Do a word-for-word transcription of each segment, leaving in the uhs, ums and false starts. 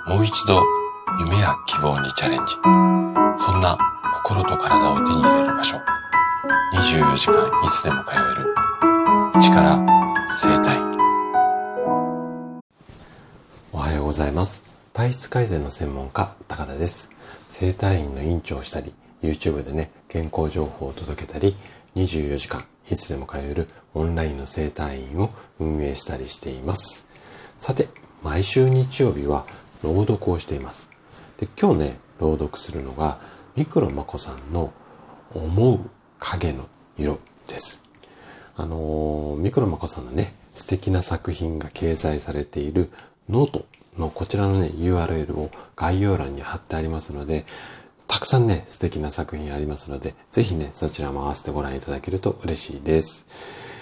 もう一度夢や希望にチャレンジ。そんな心と体を手に入れる場所。にじゅうよじかんいつでも通える一から整体。おはようございます。体質改善の専門家高田です。整体院の院長をしたり、 YouTube でね健康情報を届けたり、にじゅうよじかんいつでも通えるオンラインの整体院を運営したりしています。さて、毎週日曜日は朗読をしています。で、今日ね朗読するのがミクロマコさんの思う影の色です。あのー、ミクロマコさんのね素敵な作品が掲載されているノートのこちらのね ユーアールエル を概要欄に貼ってありますので、たくさんね素敵な作品ありますので、ぜひねそちらも合わせてご覧いただけると嬉しいです。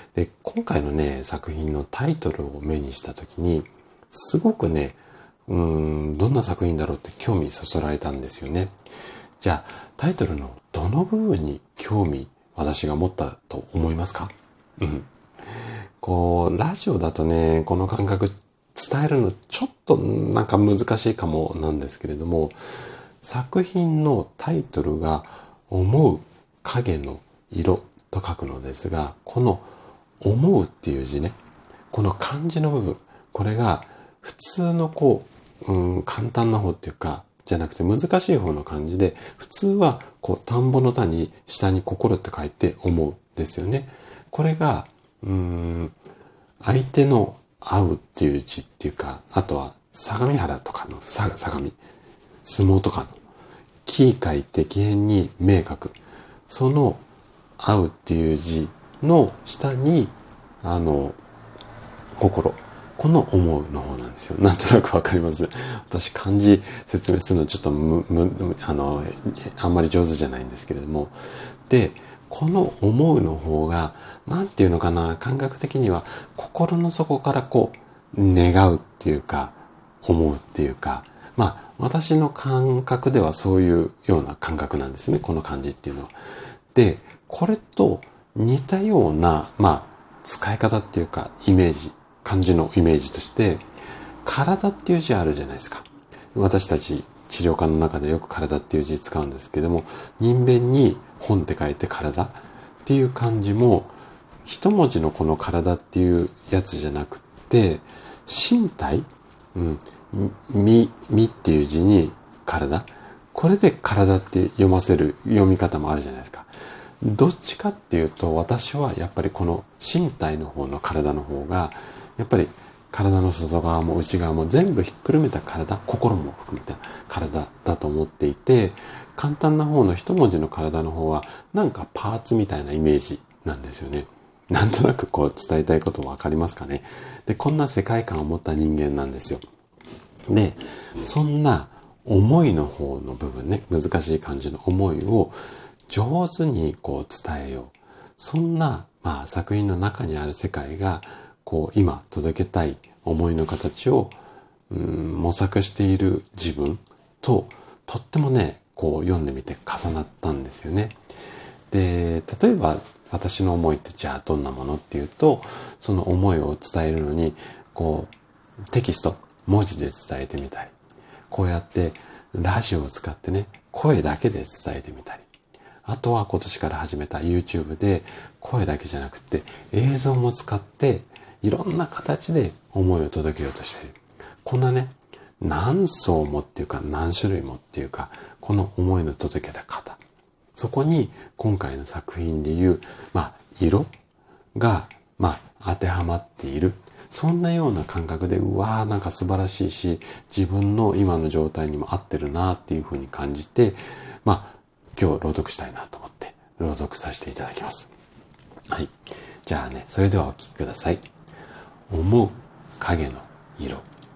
で、今回のね作品のタイトルを目にしたときに、すごくねうーんどんな作品だろうって興味そそられたんですよね。じゃあタイトルのどの部分に興味私が持ったと思いますか？うん。こうラジオだとねこの感覚伝えるのちょっとなんか難しいかもなんですけれども、作品のタイトルが思う影の色と書くのですが、この思うっていう字ね、この漢字の部分、これが普通のこう、うん、簡単な方っていうかじゃなくて難しい方の漢字で、普通はこう田んぼの田に下に心って書いて思うですよね。これがうーん相手の合うっていう字っていうか、あとは相模原とかの相模、相撲とかの木書いて木偏に明書く、その合うっていう字の下にあの心、この思うの方なんですよ。なんとなくわかります。私漢字説明するのちょっとむむあのあんまり上手じゃないんですけれども、でこの思うの方がなんていうのかな、感覚的には心の底からこう願うっていうか思うっていうか、まあ私の感覚ではそういうような感覚なんですね、この漢字っていうのは。でこれと似たようなまあ使い方っていうかイメージ、漢字のイメージとして体っていう字あるじゃないですか。私たち治療科の中でよく体っていう字使うんですけども、人弁に本って書いて体っていう漢字も一文字のこの体っていうやつじゃなくて、身体、うん、み、みっていう字に体、これで体って読ませる読み方もあるじゃないですか。どっちかっていうと私はやっぱりこの身体の方の体の方がやっぱり体の外側も内側も全部ひっくるめた体、心も含めた体だと思っていて、簡単な方の一文字の体の方はなんかパーツみたいなイメージなんですよね。なんとなくこう伝えたいことわかりますかね。で、こんな世界観を持った人間なんですよ。で、そんな思いの方の部分ね、難しい漢字の思いを上手にこう伝えよう。そんな、まあ、作品の中にある世界がこう今届けたい思いの形を、うん、模索している自分ととってもねこう読んでみて重なったんですよね。で、例えば私の思いってじゃあどんなものっていうと、その思いを伝えるのにこうテキスト文字で伝えてみたり、こうやってラジオを使ってね声だけで伝えてみたり、あとは今年から始めた YouTube で声だけじゃなくて映像も使っていろんな形で思いを届けようとしている。こんなね、何層もっていうか何種類もっていうか、この思いの届けた方。そこに今回の作品でいう、まあ、色が、まあ、当てはまっている。そんなような感覚で、うわーなんか素晴らしいし、自分の今の状態にも合ってるなっていうふうに感じて、まあ、今日朗読したいなと思って朗読させていただきます。はい。じゃあね、それではお聞きください。思う影の色。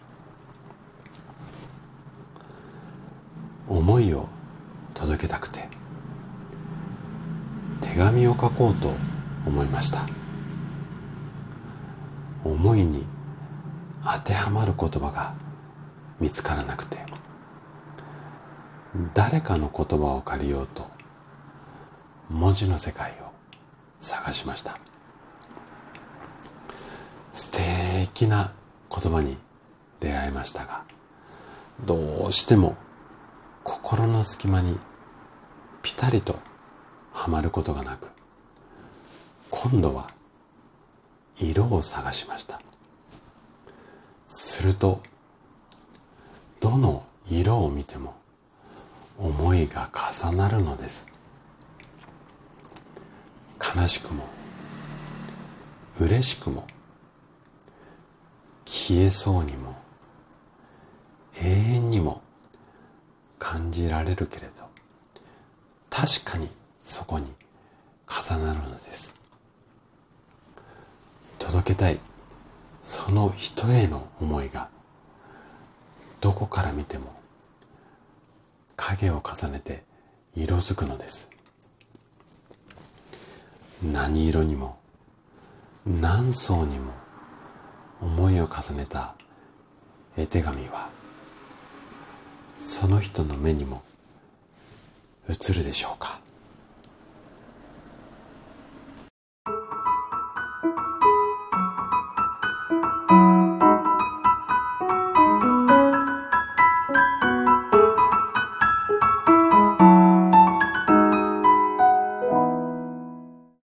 思いを届けたくて手紙を書こうと思いました。思いに当てはまる言葉が見つからなくて、誰かの言葉を借りようと文字の世界を探しました。素敵な言葉に出会いましたが、 どうしても心の隙間にピタリとはまることがなく、今度は色を探しました。すると、どの色を見ても思いが重なるのです。悲しくも嬉しくも消えそうにも永遠にも感じられるけれど、確かにそこに重なるのです。届けたいその人への思いが、どこから見ても影を重ねて色づくのです。何色にも何層にも思いを重ねた絵手紙は、その人の目にも映るでしょうか。